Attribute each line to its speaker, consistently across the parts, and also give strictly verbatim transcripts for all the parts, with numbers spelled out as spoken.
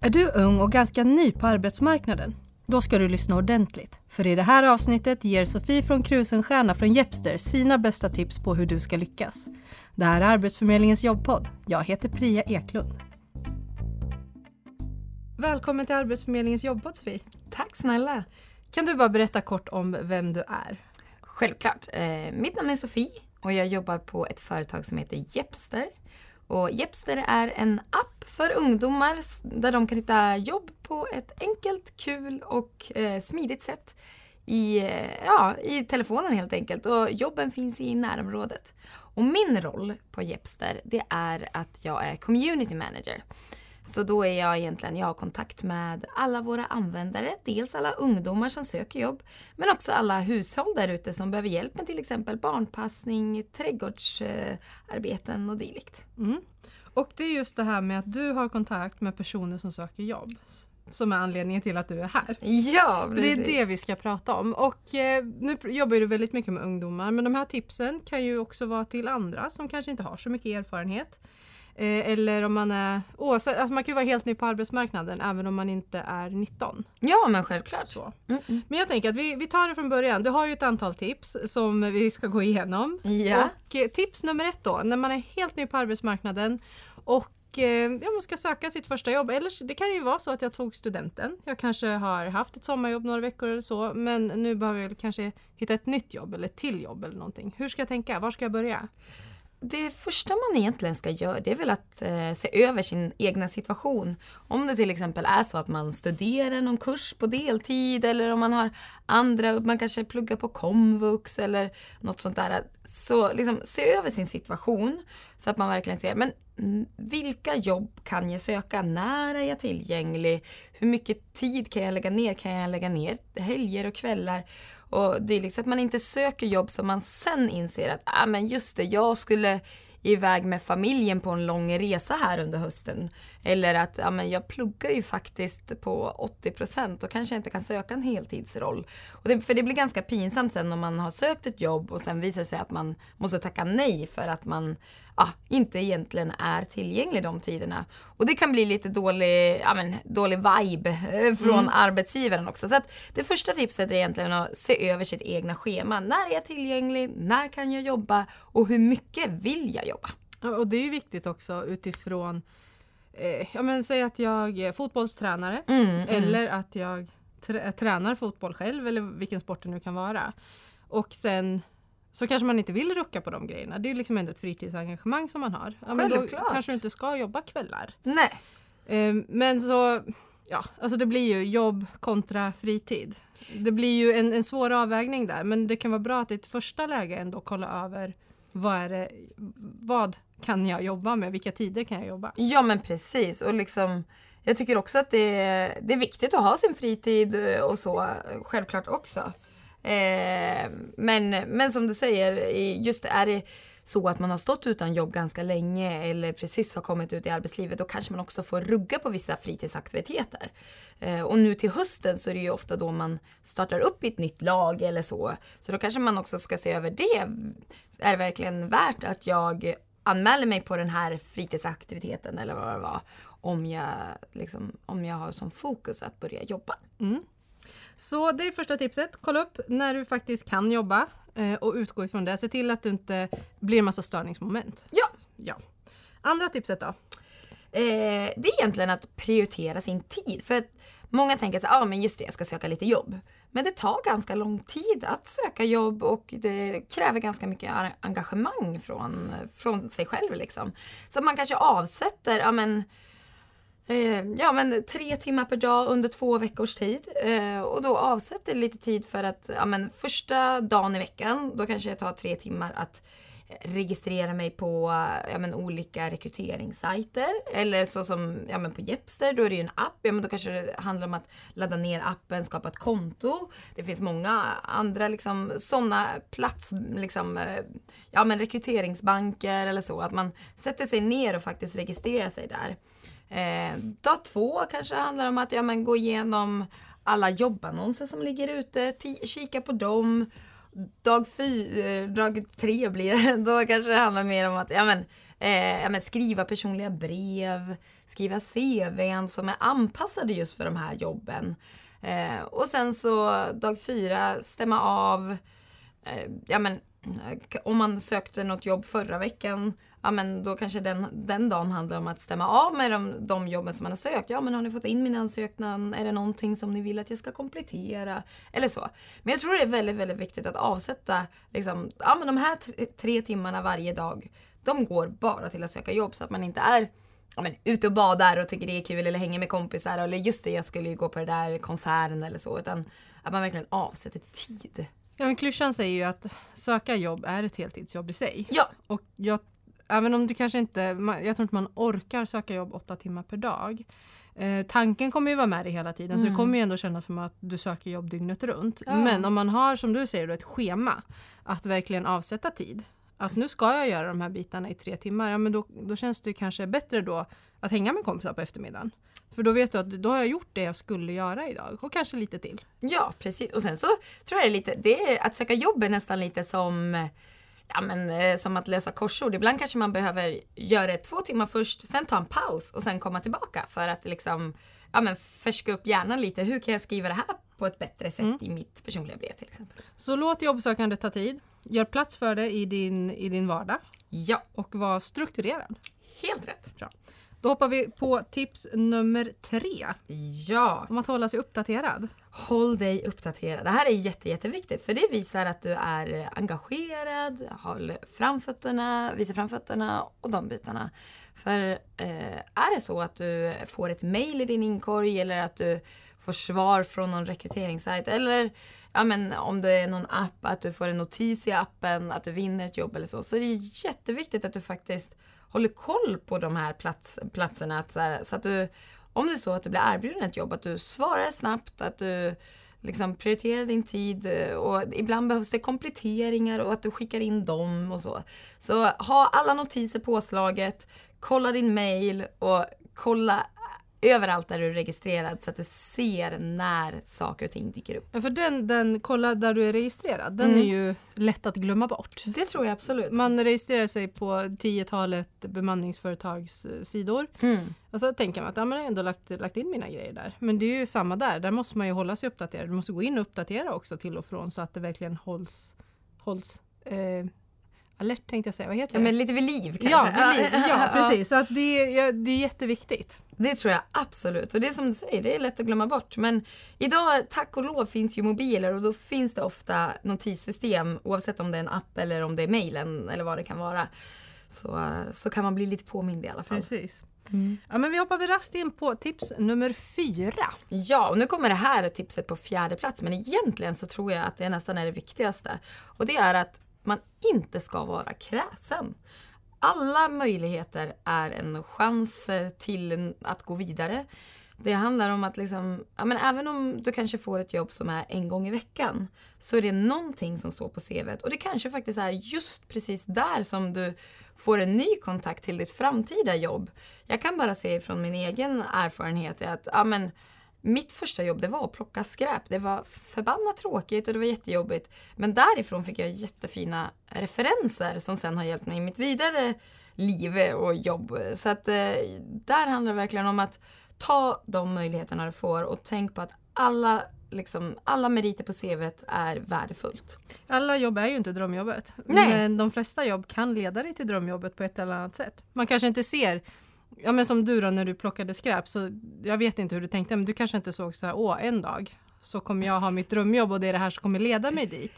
Speaker 1: Är du ung och ganska ny på arbetsmarknaden? Då ska du lyssna ordentligt. För i det här avsnittet ger Sofie från Krusenstjerna från Jepster sina bästa tips på hur du ska lyckas. Det här är Arbetsförmedlingens jobbpodd. Jag heter Priya Eklund. Välkommen till Arbetsförmedlingens jobbpodd, Sofie.
Speaker 2: Tack snälla.
Speaker 1: Kan du bara berätta kort om vem du är?
Speaker 2: Självklart. Eh, mitt namn är Sofie och jag jobbar på ett företag som heter Jepster. Och Jepster är en app för ungdomar där de kan hitta jobb på ett enkelt, kul och eh, smidigt sätt i, eh, ja, i telefonen helt enkelt. Och jobben finns i närområdet. Och min roll på Jepster, det är att jag är community manager. Så då är jag egentligen, jag har kontakt med alla våra användare, dels alla ungdomar som söker jobb, men också alla hushåll där ute som behöver hjälp med till exempel barnpassning, trädgårdsarbeten och dylikt.
Speaker 1: Mm. Och det är just det här med att du har kontakt med personer som söker jobb som är anledningen till att du är här.
Speaker 2: Ja, precis.
Speaker 1: Det är det vi ska prata om. Och eh, nu jobbar du väldigt mycket med ungdomar, men de här tipsen kan ju också vara till andra som kanske inte har så mycket erfarenhet. Eh, eller om man är, oavsett, alltså man kan ju vara helt ny på arbetsmarknaden även om man inte är nitton.
Speaker 2: Ja, men självklart.
Speaker 1: Så.
Speaker 2: Mm, mm.
Speaker 1: Men jag tänker att vi, vi tar det från början. Du har ju ett antal tips som vi ska gå igenom.
Speaker 2: Ja.
Speaker 1: Och eh, tips nummer ett då, när man är helt ny på arbetsmarknaden och eh, ja, man ska söka sitt första jobb. Eller det kan ju vara så att jag tog studenten. Jag kanske har haft ett sommarjobb några veckor eller så, men nu behöver jag kanske hitta ett nytt jobb eller ett till jobb eller någonting. Hur ska jag tänka? Var ska jag börja?
Speaker 2: Det första man egentligen ska göra, det är väl att eh, se över sin egna situation. Om det till exempel är så att man studerar någon kurs på deltid eller om man har andra, man kanske pluggar på komvux eller något sånt där. Så liksom se över sin situation så att man verkligen ser, men vilka jobb kan jag söka? När är jag tillgänglig? Hur mycket tid kan jag lägga ner? Kan jag lägga ner helger och kvällar? Och det är liksom att man inte söker jobb som man sen inser att ah, men just det, jag skulle iväg med familjen på en lång resa här under hösten. Eller att ah, men jag pluggar ju faktiskt på åttio procent och kanske inte kan söka en heltidsroll. Och det, för det blir ganska pinsamt sen om man har sökt ett jobb och sen visar sig att man måste tacka nej för att man ah, inte egentligen är tillgänglig de tiderna. Och det kan bli lite dålig, ah, men, dålig vibe från mm. arbetsgivaren också. Så att det första tipset är egentligen att se över sitt egna schema. När är jag tillgänglig? När kan jag jobba? Och hur mycket vill jag jobba?
Speaker 1: Ja, och det är ju viktigt också utifrån eh, ja, men säg att jag är fotbollstränare mm, eller mm. att jag trä- tränar fotboll själv eller vilken sport det nu kan vara. Och sen så kanske man inte vill rucka på de grejerna. Det är ju liksom ändå ett fritidsengagemang som man har. Ja, men då kanske du inte ska jobba kvällar.
Speaker 2: Nej.
Speaker 1: Eh, men så, ja, alltså det blir ju jobb kontra fritid. Det blir ju en, en svår avvägning där. Men det kan vara bra att i ett första läge ändå kolla över vad är det, vad kan jag jobba med? Vilka tider kan jag jobba?
Speaker 2: Ja, men precis. Och liksom, jag tycker också att det är, det är viktigt att ha sin fritid och så, självklart också. Eh, men, men som du säger, just är det så att man har stått utan jobb ganska länge eller precis har kommit ut i arbetslivet, då kanske man också får rugga på vissa fritidsaktiviteter. Eh, och nu till hösten så är det ju ofta då man startar upp i ett nytt lag eller så. Så då kanske man också ska se över det. Är det verkligen värt att jag anmäler mig på den här fritidsaktiviteten eller vad det var, om jag, liksom, om jag har som fokus att börja jobba.
Speaker 1: Mm. Så det är första tipset. Kolla upp när du faktiskt kan jobba eh, och utgå ifrån det. Se till att du inte blir en massa störningsmoment.
Speaker 2: Ja.
Speaker 1: ja. Andra tipset då?
Speaker 2: Eh, det är egentligen att prioritera sin tid. För att många tänker så ja ah, men just det, jag ska söka lite jobb. Men det tar ganska lång tid att söka jobb och det kräver ganska mycket engagemang från, från sig själv liksom. Så att man kanske avsätter, ja men Ja, men tre timmar per dag under två veckors tid. Eh, och då avsätter lite tid för att ja, men första dagen i veckan, då kanske jag tar tre timmar att registrera mig på ja, men olika rekryteringssajter. Eller så som ja, men på Jepster, då är det ju en app. Ja, men då kanske det handlar om att ladda ner appen, skapa ett konto. Det finns många andra liksom, sådana plats, liksom, ja, men rekryteringsbanker eller så. Att man sätter sig ner och faktiskt registrerar sig där. Eh, dag två kanske handlar om att ja, men gå igenom alla jobbannonser som ligger ute, t- kika på dem. Dag fyra, dag tre blir det, då kanske det handlar mer om att ja, men, eh, ja, men skriva personliga brev, skriva C V:n som är anpassade just för de här jobben. Eh, och sen så dag fyra stämma av, eh, ja men om man sökte något jobb förra veckan, ja men då kanske den, den dagen handlar om att stämma av med de, de jobben som man har sökt. Ja men har ni fått in min ansökan? Är det någonting som ni vill att jag ska komplettera? Eller så. Men jag tror det är väldigt, väldigt viktigt att avsätta liksom, ja men de här tre, tre timmarna varje dag, de går bara till att söka jobb så att man inte är ja, men, ute och badar och tycker det är kul eller hänger med kompisar eller just det, jag skulle ju gå på det där konserten eller så, utan att man verkligen avsätter tid.
Speaker 1: Ja, men klyschan säger ju att söka jobb är ett heltidsjobb i sig.
Speaker 2: Ja.
Speaker 1: Och jag, även om du kanske inte, jag tror inte man orkar söka jobb åtta timmar per dag. Eh, tanken kommer ju vara med dig hela tiden, mm. så det kommer ju ändå kännas som att du söker jobb dygnet runt. Ja. Men om man har, som du säger, då, ett schema att verkligen avsätta tid. Att nu ska jag göra de här bitarna i tre timmar, ja men då, då känns det kanske bättre då att hänga med kompisar på eftermiddagen. För då vet du att då har jag gjort det jag skulle göra idag. Och kanske lite till.
Speaker 2: Ja, precis. Och sen så tror jag det är lite, det är, att söka jobb är nästan lite som, ja, men, som att lösa korsord. Ibland kanske man behöver göra det två timmar först, sen ta en paus och sen komma tillbaka. För att liksom, ja, men, färska upp hjärnan lite. Hur kan jag skriva det här på ett bättre sätt mm. i mitt personliga brev till exempel.
Speaker 1: Så låt jobbsökandet ta tid. Gör plats för det i din, i din vardag.
Speaker 2: Ja.
Speaker 1: Och var strukturerad.
Speaker 2: Helt rätt.
Speaker 1: Bra. Då hoppar vi på tips nummer tre.
Speaker 2: Ja.
Speaker 1: Om att hålla sig uppdaterad.
Speaker 2: Håll dig uppdaterad. Det här är jätte, jätteviktigt. För det visar att du är engagerad, håll framfötterna, visar framfötterna och de bitarna. För eh, är det så att du får ett mejl i din inkorg eller att du får svar från någon rekryteringssajt eller ja, men om det är någon app, att du får en notis i appen, att du vinner ett jobb eller så. Så det är jätteviktigt att du faktiskt håller koll på de här plats, platserna. Att så, här, så att du, om det är så att du blir erbjuden ett jobb, att du svarar snabbt, att du liksom prioriterar din tid och ibland behövs det kompletteringar och att du skickar in dem och så. Så ha alla notiser påslaget, kolla din mail och kolla överallt där du är registrerad så att du ser när saker och ting dyker upp.
Speaker 1: Ja, för den, den kolla där du är registrerad, den
Speaker 2: Mm.
Speaker 1: är ju lätt att glömma bort.
Speaker 2: Det tror jag absolut.
Speaker 1: Man registrerar sig på tiotalet bemanningsföretags sidor.
Speaker 2: Mm.
Speaker 1: Och så tänker man att ja, men jag har ändå lagt, lagt in mina grejer där. Men det är ju samma där. Där måste man ju hålla sig uppdaterad. Du måste gå in och uppdatera också till och från så att det verkligen hålls, hålls eh, alert tänkte jag säga. Vad heter
Speaker 2: ja,
Speaker 1: det?
Speaker 2: Men lite vid liv kanske.
Speaker 1: Ja, vid liv. Ja precis. Så att det, ja, det är jätteviktigt.
Speaker 2: Det tror jag absolut. Och det är som du säger, det är lätt att glömma bort. Men idag, tack och lov, finns ju mobiler och då finns det ofta notissystem oavsett om det är en app eller om det är mejlen eller vad det kan vara. Så, så kan man bli lite påmind i alla fall.
Speaker 1: Precis.
Speaker 2: Mm.
Speaker 1: Ja, men vi hoppar väl rast in på tips nummer fyra.
Speaker 2: Ja, och nu kommer det här tipset på fjärde plats. Men egentligen så tror jag att det nästan är det viktigaste. Och det är att man inte ska vara kräsen. Alla möjligheter är en chans till att gå vidare. Det handlar om att liksom, ja, men även om du kanske får ett jobb som är en gång i veckan så är det någonting som står på C V:t. Och det kanske faktiskt är just precis där som du får en ny kontakt till ditt framtida jobb. Jag kan bara se från min egen erfarenhet att ja, men, mitt första jobb det var att plocka skräp. Det var förbannat tråkigt och det var jättejobbigt. Men därifrån fick jag jättefina referenser som sen har hjälpt mig i mitt vidare liv och jobb. Så att eh, där handlar det verkligen om att ta de möjligheterna du får och tänk på att alla, liksom, alla meriter på C V:t är värdefullt.
Speaker 1: Alla jobb är ju inte drömjobbet.
Speaker 2: Nej.
Speaker 1: Men de flesta jobb kan leda dig till drömjobbet på ett eller annat sätt. Man kanske inte ser, ja men som du då när du plockade skräp, så jag vet inte hur du tänkte, men du kanske inte såg så här, åh en dag så kommer jag ha mitt drömjobb och det är det här som kommer leda mig dit.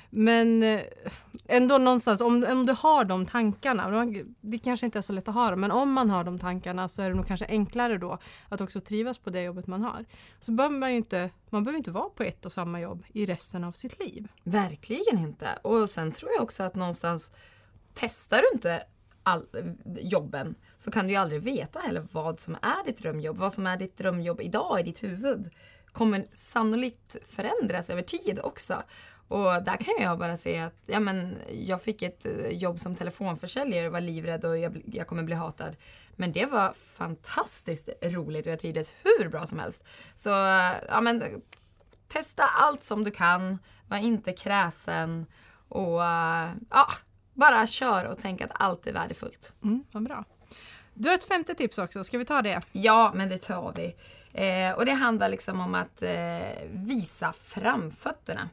Speaker 1: Men ändå någonstans, om, om du har de tankarna, det kanske inte är så lätt att ha dem, men om man har de tankarna så är det nog kanske enklare då att också trivas på det jobbet man har. Så behöver man ju inte, man behöver inte vara på ett och samma jobb i resten av sitt liv.
Speaker 2: Verkligen inte. Och sen tror jag också att någonstans testar du inte all, jobben så kan du ju aldrig veta heller vad som är ditt drömjobb. Vad som är ditt drömjobb idag i ditt huvud kommer sannolikt förändras över tid också. Och där kan jag bara se att ja, men jag fick ett jobb som telefonförsäljare och var livrädd och jag, jag kommer bli hatad. Men det var fantastiskt roligt och jag trivdes hur bra som helst. Så ja, men, testa allt som du kan, var inte kräsen och ja, bara kör och tänk att allt är värdefullt.
Speaker 1: Mm, vad bra. Du har ett femte tips också, ska vi ta det?
Speaker 2: Ja, men det tar vi. Eh, och det handlar liksom om att eh, visa framfötterna.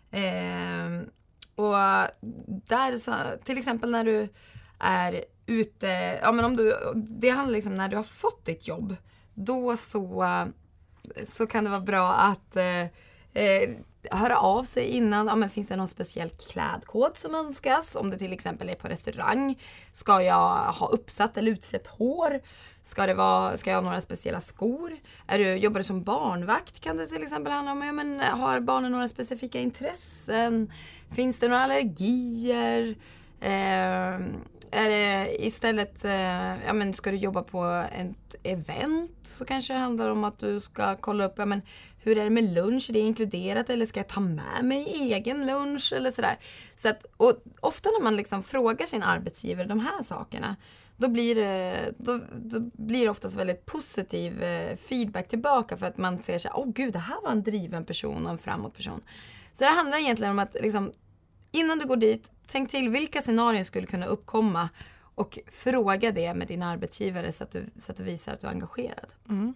Speaker 2: Eh, och där så, till exempel när du är ute, ja men om du, det handlar liksom när du har fått ditt jobb, då så, så kan det vara bra att eh, eh, höra av sig innan. Ja, men finns det någon speciell klädkod som önskas? Om det till exempel är på restaurang. Ska jag ha uppsatt eller utsläppt hår? Ska, det vara, ska jag ha några speciella skor? Är du, jobbar du som barnvakt kan det till exempel handla om. Ja, men har barnen några specifika intressen? Finns det några allergier? Eh, är det istället, eh, ja men ska du jobba på ett event så kanske det handlar om att du ska kolla upp, ja men hur är det med lunch, är det inkluderat eller ska jag ta med mig egen lunch eller sådär. Så att, och ofta när man liksom frågar sin arbetsgivare de här sakerna, då blir det, då, då blir det oftast väldigt positiv eh, feedback tillbaka för att man ser så här, åh gud, det här var en driven person och en framåt person. Så det handlar egentligen om att liksom, innan du går dit, tänk till vilka scenarier skulle kunna uppkomma och fråga det med din arbetsgivare så att du, så att du visar att du är engagerad.
Speaker 1: Mm.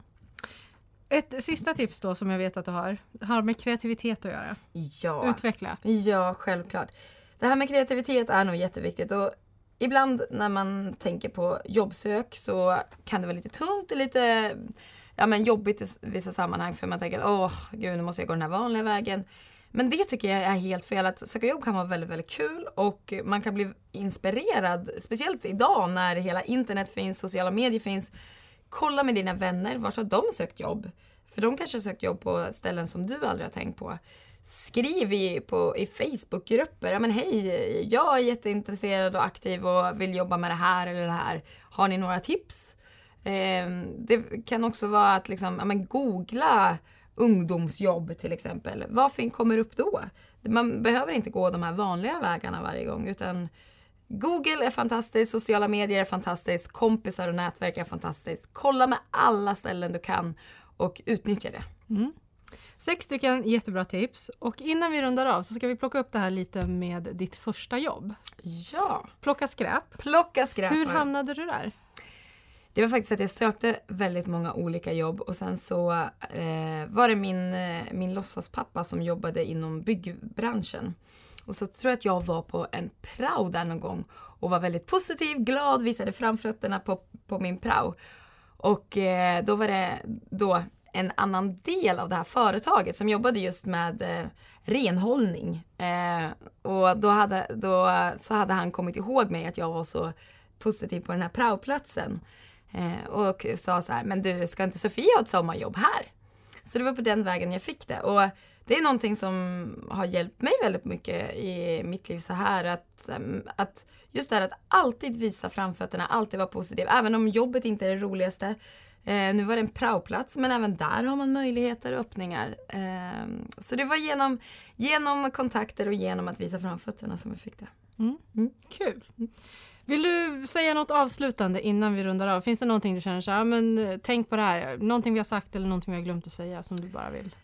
Speaker 1: Ett sista tips då som jag vet att du har, har med kreativitet att göra.
Speaker 2: Ja.
Speaker 1: Utveckla.
Speaker 2: Ja, självklart. Det här med kreativitet är nog jätteviktigt och ibland när man tänker på jobbsök så kan det vara lite tungt och lite ja, men jobbigt i vissa sammanhang för man tänker, åh gud, nu måste jag gå den här vanliga vägen. Men det tycker jag är helt fel. Att söka jobb kan vara väldigt, väldigt kul och man kan bli inspirerad. Speciellt idag när hela internet finns, sociala medier finns. Kolla med dina vänner, vart har de sökt jobb? För de kanske har sökt jobb på ställen som du aldrig har tänkt på. Skriv i, på, i Facebookgrupper. Ja men hej, jag är jätteintresserad och aktiv och vill jobba med det här eller det här. Har ni några tips? Eh, det kan också vara att liksom, ja, men googla ungdomsjobb till exempel. Vad kommer upp då? Man behöver inte gå de här vanliga vägarna varje gång utan Google är fantastiskt, sociala medier är fantastiskt, kompisar och nätverk är fantastiskt. Kolla med alla ställen du kan och utnyttja det.
Speaker 1: Mm. Sex stycken jättebra tips och innan vi rundar av så ska vi plocka upp det här lite med ditt första jobb.
Speaker 2: Ja.
Speaker 1: Plocka skräp.
Speaker 2: Plocka skräp.
Speaker 1: Hur hamnade du där?
Speaker 2: Det var faktiskt att jag sökte väldigt många olika jobb och sen så eh, var det min, min låtsaspappa som jobbade inom byggbranschen. Och så tror jag att jag var på en prao där någon gång och var väldigt positiv, glad, visade framfötterna på, på min prao. Och eh, då var det då en annan del av det här företaget som jobbade just med eh, renhållning. Eh, och då, hade, då så hade han kommit ihåg mig att jag var så positiv på den här praoplatsen. Eh, och sa så här, men du, ska inte Sofia ha ett sommarjobb här? Så det var på den vägen jag fick det. Och det är någonting som har hjälpt mig väldigt mycket i mitt liv så här. Att, att just det här att alltid visa framfötterna, alltid vara positiv. Även om jobbet inte är det roligaste. Eh, nu var det en praoplats, men även där har man möjligheter och öppningar. Eh, så det var genom, genom kontakter och genom att visa framfötterna som jag fick det.
Speaker 1: Mm. Mm. Kul. Vill du säga något avslutande innan vi rundar av? Finns det någonting du känner så här, men tänk på det här, någonting vi har sagt eller någonting vi har glömt att säga som du bara vill?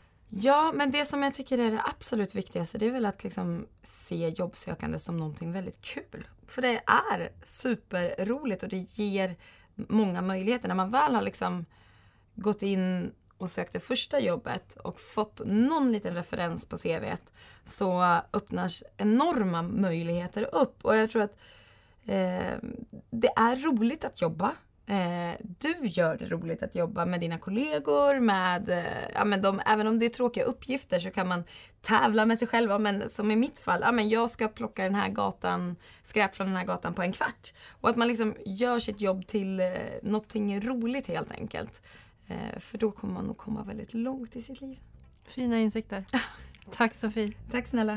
Speaker 2: Ja, men det som jag tycker är det absolut viktigaste, det är väl att liksom se jobbsökande som någonting väldigt kul. För det är superroligt och det ger många möjligheter. När man väl har liksom gått in och sökt det första jobbet och fått någon liten referens på C V:t så öppnas enorma möjligheter upp. Och jag tror att eh, det är roligt att jobba. Eh, du gör det roligt att jobba med dina kollegor, med, eh, ja, men de, även om det är tråkiga uppgifter så kan man tävla med sig själva, men som i mitt fall, ja, men jag ska plocka den här gatan, skräp från den här gatan på en kvart. Och att man liksom gör sitt jobb till eh, någonting roligt helt enkelt. Eh, för då kommer man nog komma väldigt långt i sitt liv.
Speaker 1: Fina insikter. Tack Sofie.
Speaker 2: Tack snälla.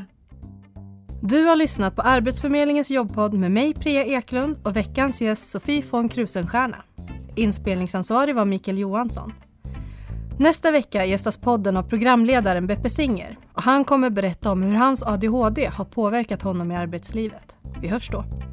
Speaker 1: Du har lyssnat på Arbetsförmedlingens jobbpodd med mig Priya Eklund och veckans gäst Sofie von Krusenstjerna. Inspelningsansvarig var Mikael Johansson. Nästa vecka gästas podden av programledaren Beppe Singer och han kommer berätta om hur hans A D H D har påverkat honom i arbetslivet. Vi hörs då.